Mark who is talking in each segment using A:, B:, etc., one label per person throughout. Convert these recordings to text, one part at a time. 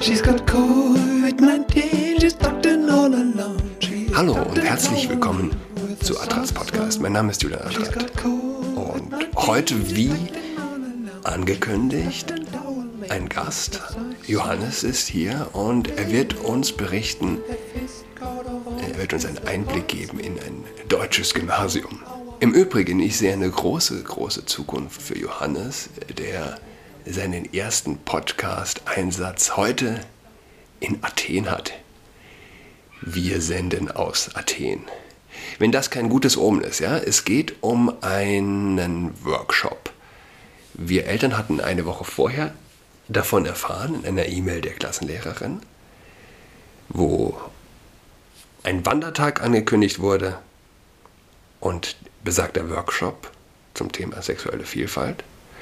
A: She's got COVID-19, she's tucked in all alone.
B: Hallo und herzlich willkommen zu Adrats Podcast. Mein Name ist Julian Adrat. Und heute, wie angekündigt, ein Gast. Johannes ist hier und er wird uns berichten, er wird uns einen Einblick geben in ein deutsches Gymnasium. Im Übrigen, ich sehe eine große Zukunft für Johannes, der seinen ersten Podcast-Einsatz heute in Athen hat. Wir senden aus Athen. Wenn das kein gutes Omen ist, ja, es geht um einen Workshop. Wir Eltern hatten eine Woche vorher davon erfahren, in einer E-Mail der Klassenlehrerin, wo ein Wandertag angekündigt wurde und besagter Workshop zum Thema sexuelle Vielfalt.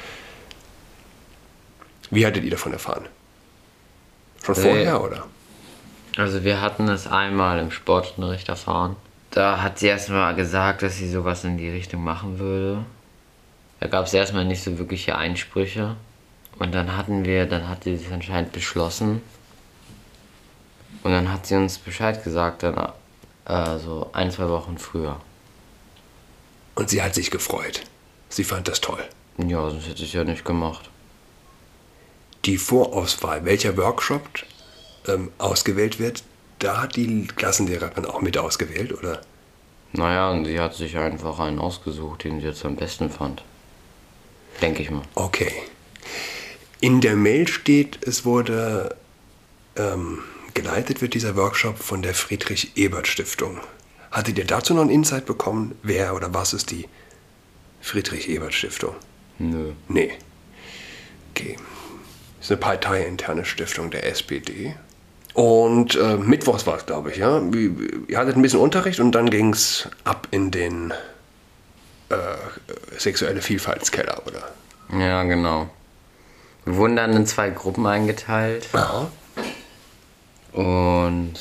B: Wie hattet ihr davon erfahren? Schon vorher, oder?
C: Also wir hatten es einmal im Sportunterricht erfahren. Da hat sie erstmal gesagt, dass sie sowas in die Richtung machen würde. Da gab es erstmal nicht so wirkliche Einsprüche. Und dann hat sie es anscheinend beschlossen. Und dann hat sie uns Bescheid gesagt, dann so 1-2 Wochen früher.
B: Und sie hat sich gefreut. Sie fand das toll.
C: Ja, sonst hätte ich ja nicht gemacht.
B: Die Vorauswahl, welcher Workshop ausgewählt wird, da hat die Klassenlehrerin auch mit ausgewählt, oder?
C: Naja, und sie hat sich einfach einen ausgesucht, den sie jetzt am besten fand. Denke ich mal.
B: Okay. In der Mail steht, es wurde geleitet wird dieser Workshop von der Friedrich-Ebert-Stiftung. Hattet ihr dazu noch einen Insight bekommen? Wer oder was ist die Friedrich-Ebert-Stiftung?
C: Nö.
B: Nee. Okay. Das ist eine parteiinterne Stiftung der SPD. Und mittwochs war es, glaube ich, ja? Ihr hattet ein bisschen Unterricht und dann ging es ab in den sexuelle Vielfaltskeller, oder?
C: Ja, genau. Wir wurden dann in 2 Gruppen eingeteilt.
B: Aha.
C: Und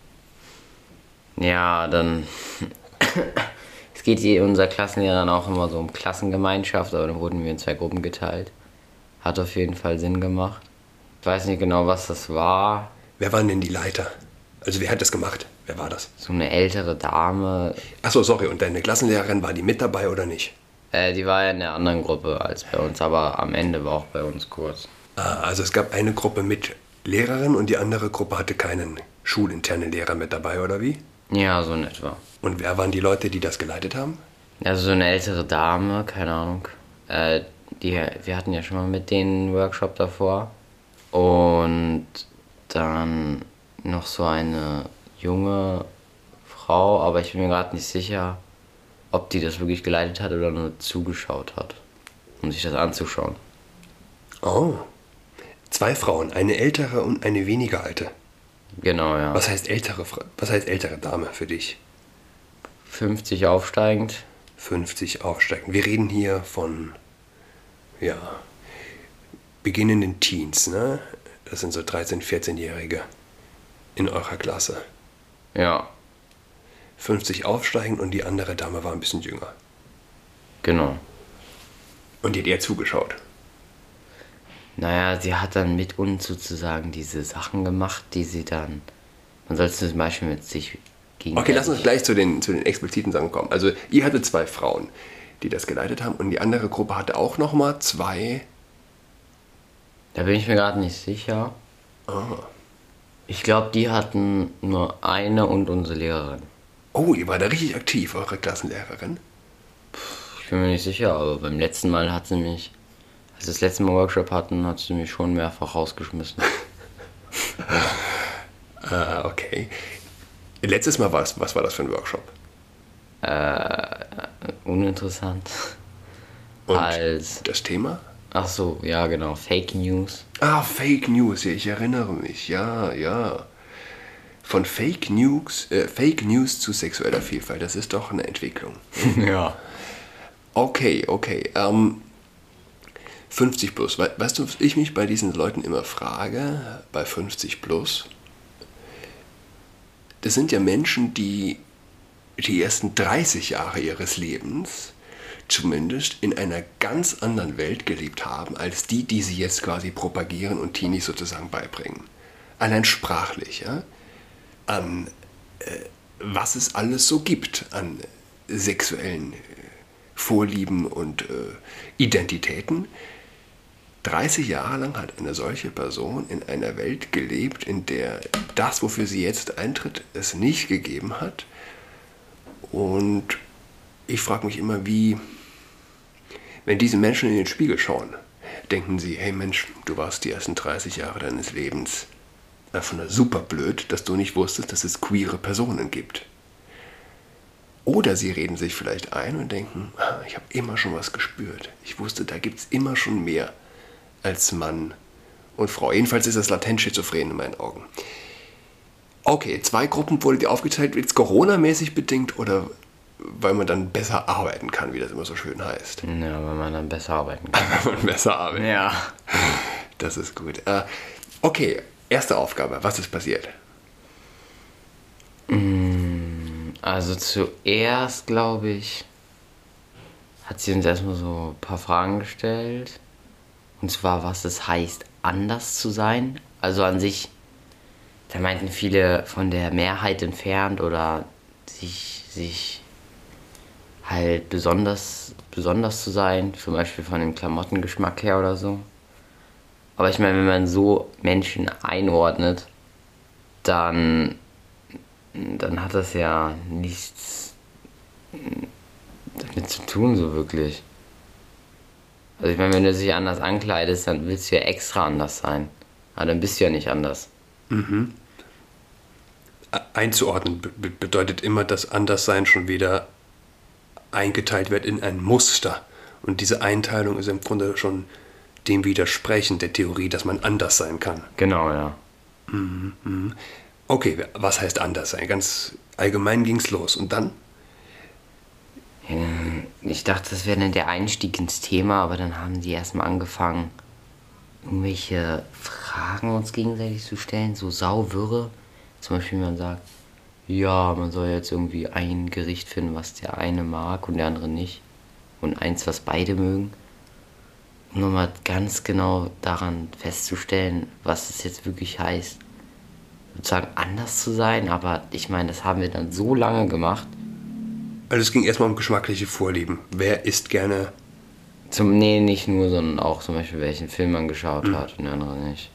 C: ja, dann es geht hier unser Klassenlehrer dann auch immer so um Klassengemeinschaft, aber dann wurden wir in 2 Gruppen geteilt. Hat auf jeden Fall Sinn gemacht. Ich weiß nicht genau, was das war.
B: Wer waren denn die Leiter? Also wer hat das gemacht? Wer war das?
C: So eine ältere Dame.
B: Achso, sorry, und deine Klassenlehrerin, war die mit dabei oder nicht?
C: Die war ja in der anderen Gruppe als bei uns, aber am Ende war auch bei uns kurz.
B: Also es gab eine Gruppe mit Lehrerin und die andere Gruppe hatte keinen schulinternen Lehrer mit dabei, oder wie?
C: Ja, so in etwa.
B: Und wer waren die Leute, die das geleitet haben?
C: Also so eine ältere Dame, keine Ahnung. Wir hatten ja schon mal mit denen einen Workshop davor. Und dann noch so eine junge Frau, aber ich bin mir gerade nicht sicher, ob die das wirklich geleitet hat oder nur zugeschaut hat, um sich das anzuschauen.
B: Oh, 2 Frauen, eine ältere und eine weniger alte.
C: Genau, ja.
B: Was heißt ältere Dame für dich?
C: 50 aufsteigend.
B: 50 aufsteigend. Wir reden hier von, ja, beginnenden Teens, ne? Das sind so 13-, 14-Jährige in eurer Klasse.
C: Ja.
B: 50 aufsteigend und die andere Dame war ein bisschen jünger.
C: Genau.
B: Und die hat eher zugeschaut.
C: Naja, sie hat dann mit uns sozusagen diese Sachen gemacht, die sie dann... Man sollte zum Beispiel mit sich gegen...
B: Okay, lass uns gleich zu den expliziten Sachen kommen. Also ihr hattet 2 Frauen, die das geleitet haben und die andere Gruppe hatte auch nochmal 2...
C: Da bin ich mir gerade nicht sicher.
B: Ah.
C: Ich glaube, die hatten nur eine und unsere Lehrerin.
B: Oh, ihr war da richtig aktiv, eure Klassenlehrerin?
C: Ich bin mir nicht sicher, aber beim letzten Mal hat sie mich... Als wir das letzte Mal Workshop hatten, hat sie mich schon mehrfach rausgeschmissen.
B: Okay. Letztes Mal was war das für ein Workshop?
C: Uninteressant.
B: Und
C: Als...
B: das Thema?
C: Ach so, ja genau, Fake News.
B: Ah, Fake News, ja, ich erinnere mich, ja. Von Fake News zu sexueller Vielfalt, das ist doch eine Entwicklung.
C: Ja.
B: Okay. 50 plus. Weißt du, was ich mich bei diesen Leuten immer frage, bei 50 plus? Das sind ja Menschen, die die ersten 30 Jahre ihres Lebens zumindest in einer ganz anderen Welt gelebt haben, als die sie jetzt quasi propagieren und Teenies sozusagen beibringen. allein sprachlich, ja, an was es alles so gibt an sexuellen Vorlieben und Identitäten. 30 Jahre lang hat eine solche Person in einer Welt gelebt, in der das, wofür sie jetzt eintritt, es nicht gegeben hat. Und ich frage mich immer, wie, wenn diese Menschen in den Spiegel schauen, denken sie, hey Mensch, du warst die ersten 30 Jahre deines Lebens einfach nur super blöd, dass du nicht wusstest, dass es queere Personen gibt. Oder sie reden sich vielleicht ein und denken, ich habe immer schon was gespürt. Ich wusste, da gibt es immer schon mehr als Mann und Frau. Jedenfalls ist das latent schizophren in meinen Augen. Okay, 2 Gruppen wurde die aufgeteilt, jetzt Corona-mäßig bedingt oder weil man dann besser arbeiten kann, wie das immer so schön heißt.
C: Ja, weil man dann besser arbeiten kann.
B: Weil man besser arbeiten.
C: Ja.
B: Das ist gut. Okay, erste Aufgabe. Was ist passiert?
C: Also zuerst, glaube ich, hat sie uns erstmal so ein paar Fragen gestellt. Und zwar, was es heißt, anders zu sein. Also an sich, da meinten viele von der Mehrheit entfernt oder sich halt besonders zu sein. Zum Beispiel von dem Klamottengeschmack her oder so. Aber ich meine, wenn man so Menschen einordnet, dann hat das ja nichts damit zu tun, so wirklich. Also ich meine, wenn du dich anders ankleidest, dann willst du ja extra anders sein. Aber dann bist du ja nicht anders.
B: Einzuordnen bedeutet immer, dass Anderssein schon wieder eingeteilt wird in ein Muster. Und diese Einteilung ist im Grunde schon dem widersprechend, der Theorie, dass man anders sein kann.
C: Genau, ja.
B: Okay, was heißt anders sein? Ganz allgemein ging's los. Und dann?
C: Ich dachte, das wäre dann der Einstieg ins Thema, aber dann haben die erstmal angefangen, irgendwelche Fragen uns gegenseitig zu stellen, so Sauwirre. Zum Beispiel, man sagt, ja, man soll jetzt irgendwie ein Gericht finden, was der eine mag und der andere nicht. Und eins, was beide mögen. Um nochmal ganz genau daran festzustellen, was es jetzt wirklich heißt, sozusagen anders zu sein. Aber ich meine, das haben wir dann so lange gemacht.
B: Also es ging erstmal um geschmackliche Vorlieben. Wer isst gerne?
C: Nee, nicht nur, sondern auch zum Beispiel, welchen Film man geschaut hat und der andere nicht.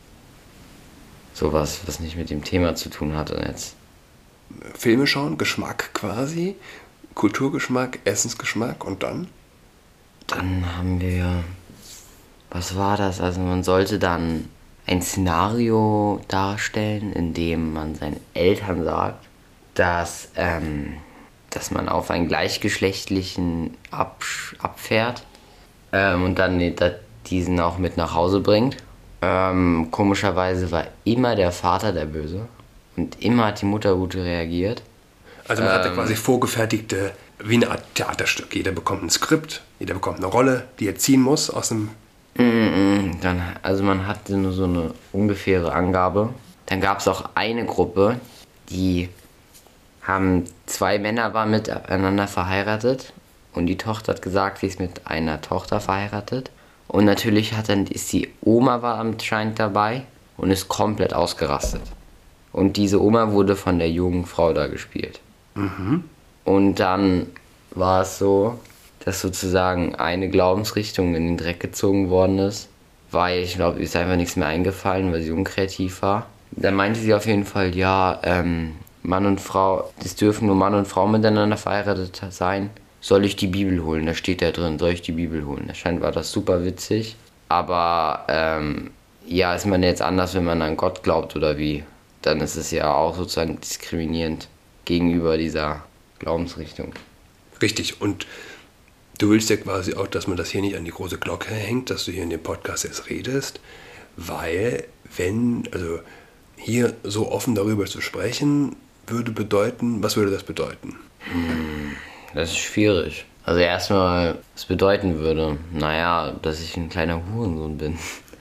C: Sowas, was nicht mit dem Thema zu tun hatte jetzt.
B: Filme schauen, Geschmack quasi, Kulturgeschmack, Essensgeschmack und dann?
C: Dann haben wir, was war das? Also man sollte dann ein Szenario darstellen, in dem man seinen Eltern sagt, dass man auf einen gleichgeschlechtlichen abfährt und dann diesen auch mit nach Hause bringt. Komischerweise war immer der Vater der Böse und immer hat die Mutter gut reagiert.
B: Also man hatte quasi vorgefertigte, wie eine Art Theaterstück. Jeder bekommt ein Skript, jeder bekommt eine Rolle, die er ziehen muss aus dem...
C: Also man hatte nur so eine ungefähre Angabe. Dann gab es auch eine Gruppe, die haben 2 Männer waren miteinander verheiratet und die Tochter hat gesagt, sie ist mit einer Tochter verheiratet. Und natürlich ist die Oma war anscheinend dabei und ist komplett ausgerastet. Und diese Oma wurde von der jungen Frau da gespielt. Und dann war es so, dass sozusagen eine Glaubensrichtung in den Dreck gezogen worden ist, weil ich glaube, ihr ist einfach nichts mehr eingefallen, weil sie unkreativ war. Dann meinte sie auf jeden Fall, ja, Mann und Frau, es dürfen nur Mann und Frau miteinander verheiratet sein. Soll ich die Bibel holen? Da steht da drin, soll ich die Bibel holen? Anscheinend war das super witzig. Aber ja, ist man jetzt anders, wenn man an Gott glaubt oder wie? Dann ist es ja auch sozusagen diskriminierend gegenüber dieser Glaubensrichtung.
B: Richtig, und du willst ja quasi auch, dass man das hier nicht an die große Glocke hängt, dass du hier in dem Podcast jetzt redest, weil also hier so offen darüber zu sprechen, würde bedeuten, was würde das bedeuten?
C: Das ist schwierig. Also erstmal, was bedeuten würde, naja, dass ich ein kleiner Hurensohn bin.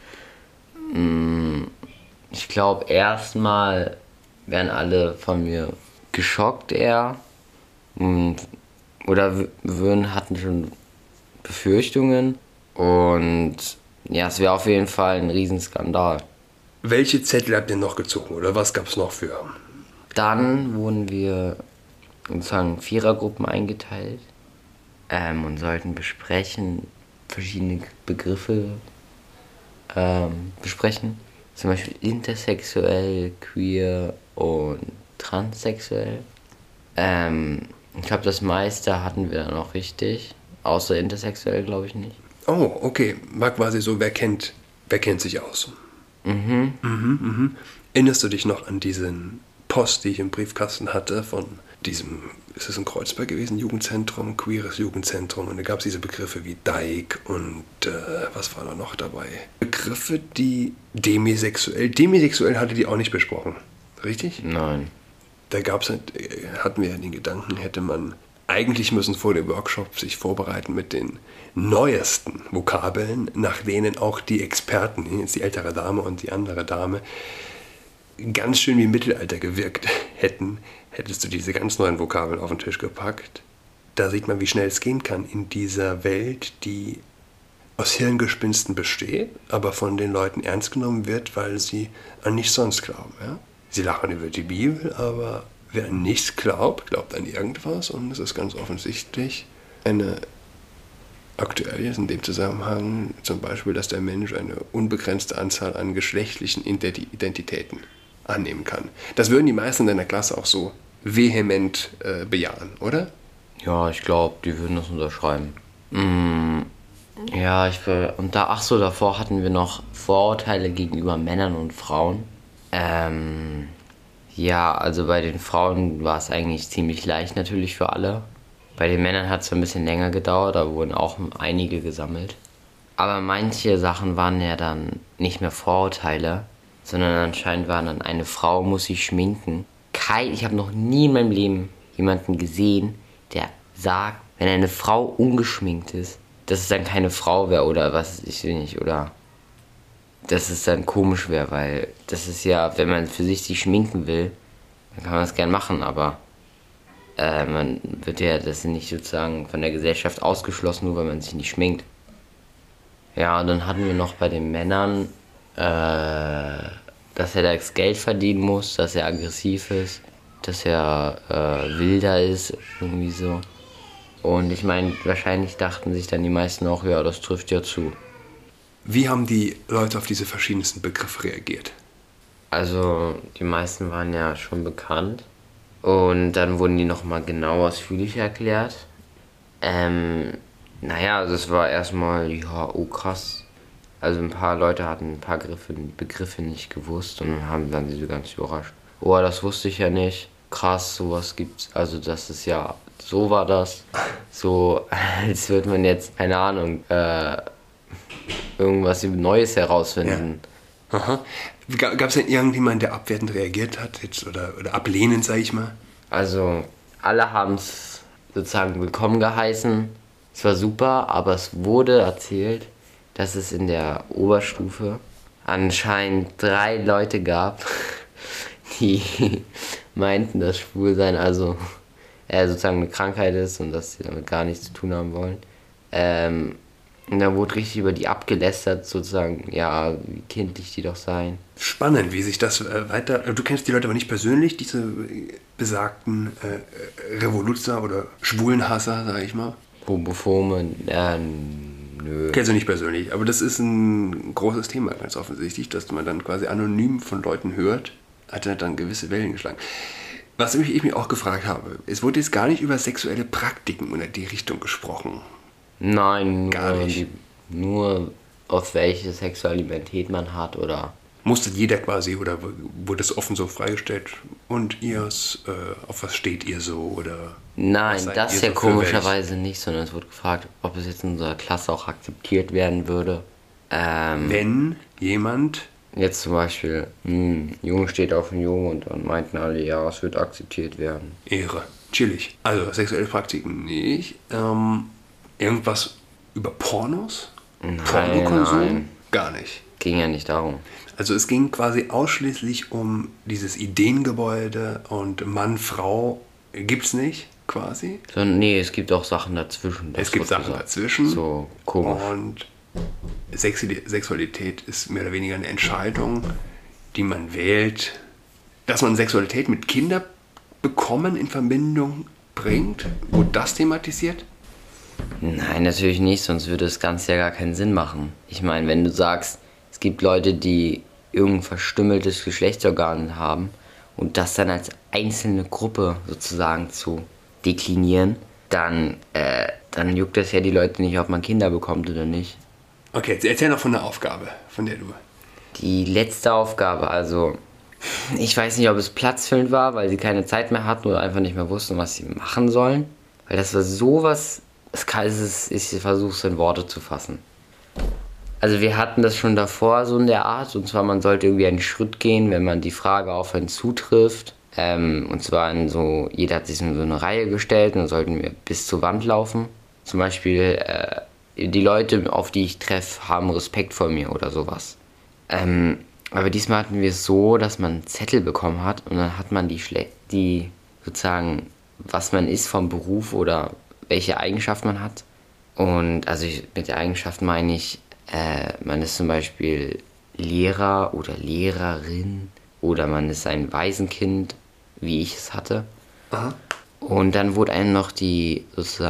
C: Ich glaube, erstmal wären alle von mir geschockt eher. Oder hatten schon Befürchtungen. Und ja, es wäre auf jeden Fall ein Riesenskandal.
B: Welche Zettel habt ihr noch gezogen oder was gab es noch für?
C: Dann wurden wir sozusagen in Vierergruppen eingeteilt und sollten besprechen, verschiedene Begriffe besprechen. Zum Beispiel intersexuell, queer und transsexuell. Ich glaube, das meiste hatten wir dann auch richtig. Außer intersexuell, glaube ich nicht.
B: Oh, okay. War quasi so, wer kennt sich aus? Erinnerst du dich noch an diesen Post, die ich im Briefkasten hatte von diesem, ist es in Kreuzberg gewesen, Jugendzentrum, queeres Jugendzentrum, und da gab es diese Begriffe wie Dyke und was war da noch dabei? Begriffe, die demisexuell hatte die auch nicht besprochen, richtig?
C: Nein.
B: Da hatten wir ja den Gedanken, hätte man eigentlich müssen vor dem Workshop sich vorbereiten mit den neuesten Vokabeln, nach denen auch die Experten, jetzt die ältere Dame und die andere Dame, ganz schön wie im Mittelalter gewirkt hätten, hättest du diese ganz neuen Vokabeln auf den Tisch gepackt. Da sieht man, wie schnell es gehen kann in dieser Welt, die aus Hirngespinsten besteht, aber von den Leuten ernst genommen wird, weil sie an nichts sonst glauben. Ja? Sie lachen über die Bibel, aber wer an nichts glaubt, glaubt an irgendwas, und es ist ganz offensichtlich aktuell ist in dem Zusammenhang zum Beispiel, dass der Mensch eine unbegrenzte Anzahl an geschlechtlichen Identitäten annehmen kann. Das würden die meisten in deiner Klasse auch so vehement bejahen, oder?
C: Ja, ich glaube, die würden das unterschreiben. Ja, davor hatten wir noch Vorurteile gegenüber Männern und Frauen. Ja, also bei den Frauen war es eigentlich ziemlich leicht natürlich für alle. Bei den Männern hat es ein bisschen länger gedauert, da wurden auch einige gesammelt. Aber manche Sachen waren ja dann nicht mehr Vorurteile, sondern anscheinend waren dann, eine Frau muss sich schminken. Ich habe noch nie in meinem Leben jemanden gesehen, der sagt, wenn eine Frau ungeschminkt ist, dass es dann keine Frau wäre oder was ich will nicht, oder dass es dann komisch wäre, weil das ist ja, wenn man für sich schminken will, dann kann man das gern machen, aber man wird ja das nicht sozusagen von der Gesellschaft ausgeschlossen, nur weil man sich nicht schminkt. Ja, und dann hatten wir noch bei den Männern, dass er das Geld verdienen muss, dass er aggressiv ist, dass er wilder ist, irgendwie so. Und ich meine, wahrscheinlich dachten sich dann die meisten auch, ja, das trifft ja zu.
B: Wie haben die Leute auf diese verschiedensten Begriffe reagiert?
C: Also, die meisten waren ja schon bekannt. Und dann wurden die nochmal genau ausführlich erklärt. Also es war erstmal, ja, oh krass. Also ein paar Leute hatten ein paar Begriffe nicht gewusst und haben dann sie ganz überrascht. Oh, das wusste ich ja nicht. Krass, sowas gibt's. Also das ist ja, so war das. So, als würde man jetzt, keine Ahnung, irgendwas Neues herausfinden.
B: Ja. Aha. Gab es denn irgendjemanden, der abwertend reagiert hat jetzt oder ablehnend, sag ich mal?
C: Also, alle haben es sozusagen willkommen geheißen. Es war super, aber es wurde erzählt, dass es in der Oberstufe anscheinend 3 Leute gab, die meinten, dass Schwulsein also sozusagen eine Krankheit ist und dass sie damit gar nichts zu tun haben wollen. Und da wurde richtig über die abgelästert, sozusagen, ja, wie kindlich die doch seien.
B: Spannend, wie sich das weiter... Du kennst die Leute aber nicht persönlich, diese besagten Revoluzer oder Schwulenhasser, sag ich mal?
C: Homophome, nö.
B: Kennst du nicht persönlich, aber das ist ein großes Thema, ganz offensichtlich, dass man dann quasi anonym von Leuten hört, hat er dann gewisse Wellen geschlagen. Was ich mich auch gefragt habe, es wurde jetzt gar nicht über sexuelle Praktiken oder die Richtung gesprochen.
C: Nein,
B: gar nicht.
C: Nur auf welche Sexualität man hat, oder?
B: Musste jeder quasi, oder wurde es offen so freigestellt? Und auf was steht ihr so, oder?
C: Nein, das ja so komischerweise nicht, sondern es wurde gefragt, ob es jetzt in unserer Klasse auch akzeptiert werden würde.
B: Wenn jemand...
C: Jetzt zum Beispiel, Junge steht auf einen Jungen und dann meinten alle, ja, es wird akzeptiert werden.
B: Ehre. Chillig. Also sexuelle Praktiken nicht. Irgendwas über Pornos? Pornokonsum?
C: Nein.
B: Gar nicht.
C: Ging ja nicht darum.
B: Also es ging quasi ausschließlich um dieses Ideengebäude und Mann, Frau gibt's nicht, quasi.
C: Nee, es gibt auch Sachen dazwischen.
B: Es gibt Sachen dazwischen.
C: So komisch.
B: Und Sexualität ist mehr oder weniger eine Entscheidung, die man wählt, dass man Sexualität mit Kinderbekommen in Verbindung bringt? Wurde das thematisiert?
C: Nein, natürlich nicht, sonst würde das Ganze ja gar keinen Sinn machen. Ich meine, wenn du sagst, es gibt Leute, die irgendein verstümmeltes Geschlechtsorgan haben und das dann als einzelne Gruppe sozusagen zu deklinieren, dann juckt das ja die Leute nicht, ob man Kinder bekommt oder nicht.
B: Okay, jetzt erzähl noch von der Aufgabe, von der du...
C: Die letzte Aufgabe, also ich weiß nicht, ob es platzfüllend war, weil sie keine Zeit mehr hatten oder einfach nicht mehr wussten, was sie machen sollen. Weil das war sowas, ich versuche es in Worte zu fassen. Also wir hatten das schon davor so in der Art, und zwar man sollte irgendwie einen Schritt gehen, wenn man die Frage auf einen zutrifft. Und zwar jeder hat sich in so eine Reihe gestellt und dann sollten wir bis zur Wand laufen. Zum Beispiel, die Leute, auf die ich treffe, haben Respekt vor mir oder sowas. Aber diesmal hatten wir es so, dass man einen Zettel bekommen hat und dann hat man die sozusagen, was man ist vom Beruf oder welche Eigenschaft man hat. Und also mit der Eigenschaft meine ich, man ist zum Beispiel Lehrer oder Lehrerin oder man ist ein Waisenkind, wie ich es hatte.
B: Aha.
C: Und dann wurde einem noch zum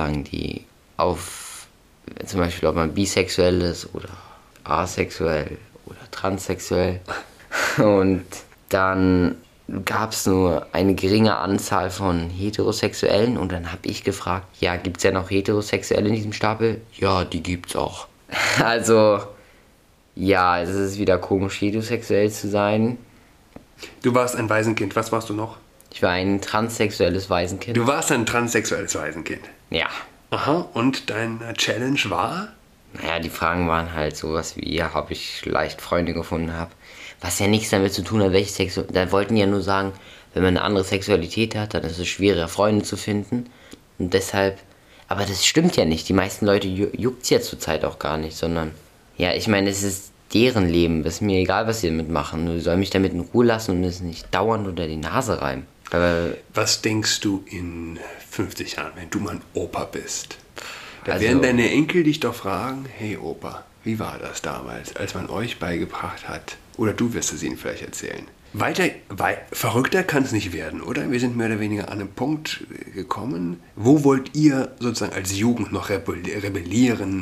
C: Beispiel, ob man bisexuell ist oder asexuell oder transsexuell. Und dann gab es nur eine geringe Anzahl von Heterosexuellen und dann habe ich gefragt, ja, gibt es ja noch Heterosexuelle in diesem Stapel? Ja, die gibt's auch. Also, ja, es ist wieder komisch, heterosexuell zu sein.
B: Du warst ein Waisenkind, was warst du noch?
C: Ich war ein transsexuelles Waisenkind.
B: Du warst ein transsexuelles Waisenkind.
C: Ja.
B: Aha, und deine Challenge war?
C: Naja, die Fragen waren halt sowas wie, ob ich leicht Freunde gefunden habe. Was ja nichts damit zu tun hat, welche Sexualität. Da wollten ja nur sagen, wenn man eine andere Sexualität hat, dann ist es schwerer, Freunde zu finden. Und deshalb, aber das stimmt ja nicht. Die meisten Leute juckt es ja zurzeit auch gar nicht, sondern, ja, ich meine, es ist deren Leben. Es ist mir egal, was sie damit machen. Du sollst mich damit in Ruhe lassen und es nicht dauernd unter die Nase reiben. Aber
B: was denkst du in 50 Jahren, wenn du mal ein Opa bist? Da
C: Also-
B: werden deine Enkel dich doch fragen, hey Opa, wie war das damals, als man euch beigebracht hat? Oder du wirst es ihnen vielleicht erzählen. Verrückter kann es nicht werden, oder? Wir sind mehr oder weniger an einen Punkt gekommen. Wo wollt ihr sozusagen als Jugend noch rebellieren,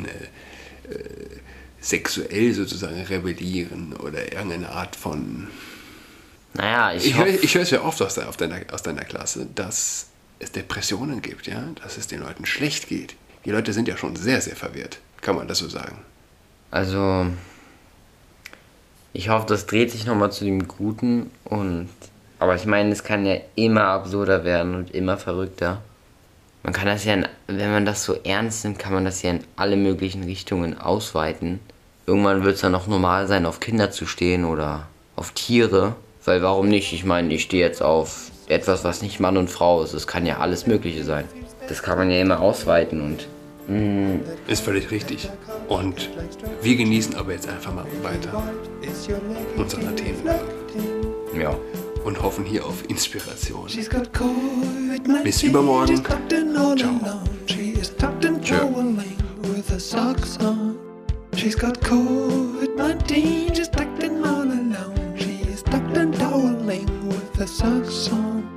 B: sexuell sozusagen rebellieren oder irgendeine Art von...
C: naja,
B: Ich höre es ja oft aus deiner Klasse, dass es Depressionen gibt, ja, dass es den Leuten schlecht geht. Die Leute sind ja schon sehr, sehr verwirrt, kann man das so sagen.
C: Also, ich hoffe, das dreht sich nochmal zu dem Guten. Aber ich meine, es kann ja immer absurder werden und immer verrückter. Man kann das ja, wenn man das so ernst nimmt, kann man das ja in alle möglichen Richtungen ausweiten. Irgendwann wird es dann auch normal sein, auf Kinder zu stehen oder auf Tiere. Weil warum nicht? Ich meine, ich stehe jetzt auf etwas, was nicht Mann und Frau ist. Es kann ja alles Mögliche sein. Das kann man ja immer ausweiten und...
B: Ist völlig richtig. Und wir genießen aber jetzt einfach mal weiter unseren Themen
C: ja.
B: und hoffen hier auf Inspiration.
A: She's got COVID-19.
B: Bis übermorgen.
A: She's tucked in all
B: Ciao.
A: alone. She is tucked in
B: Tschö.
A: toweling with her socks on. She's got COVID-19. She's tucked in all alone. She is tucked in toweling with her socks on.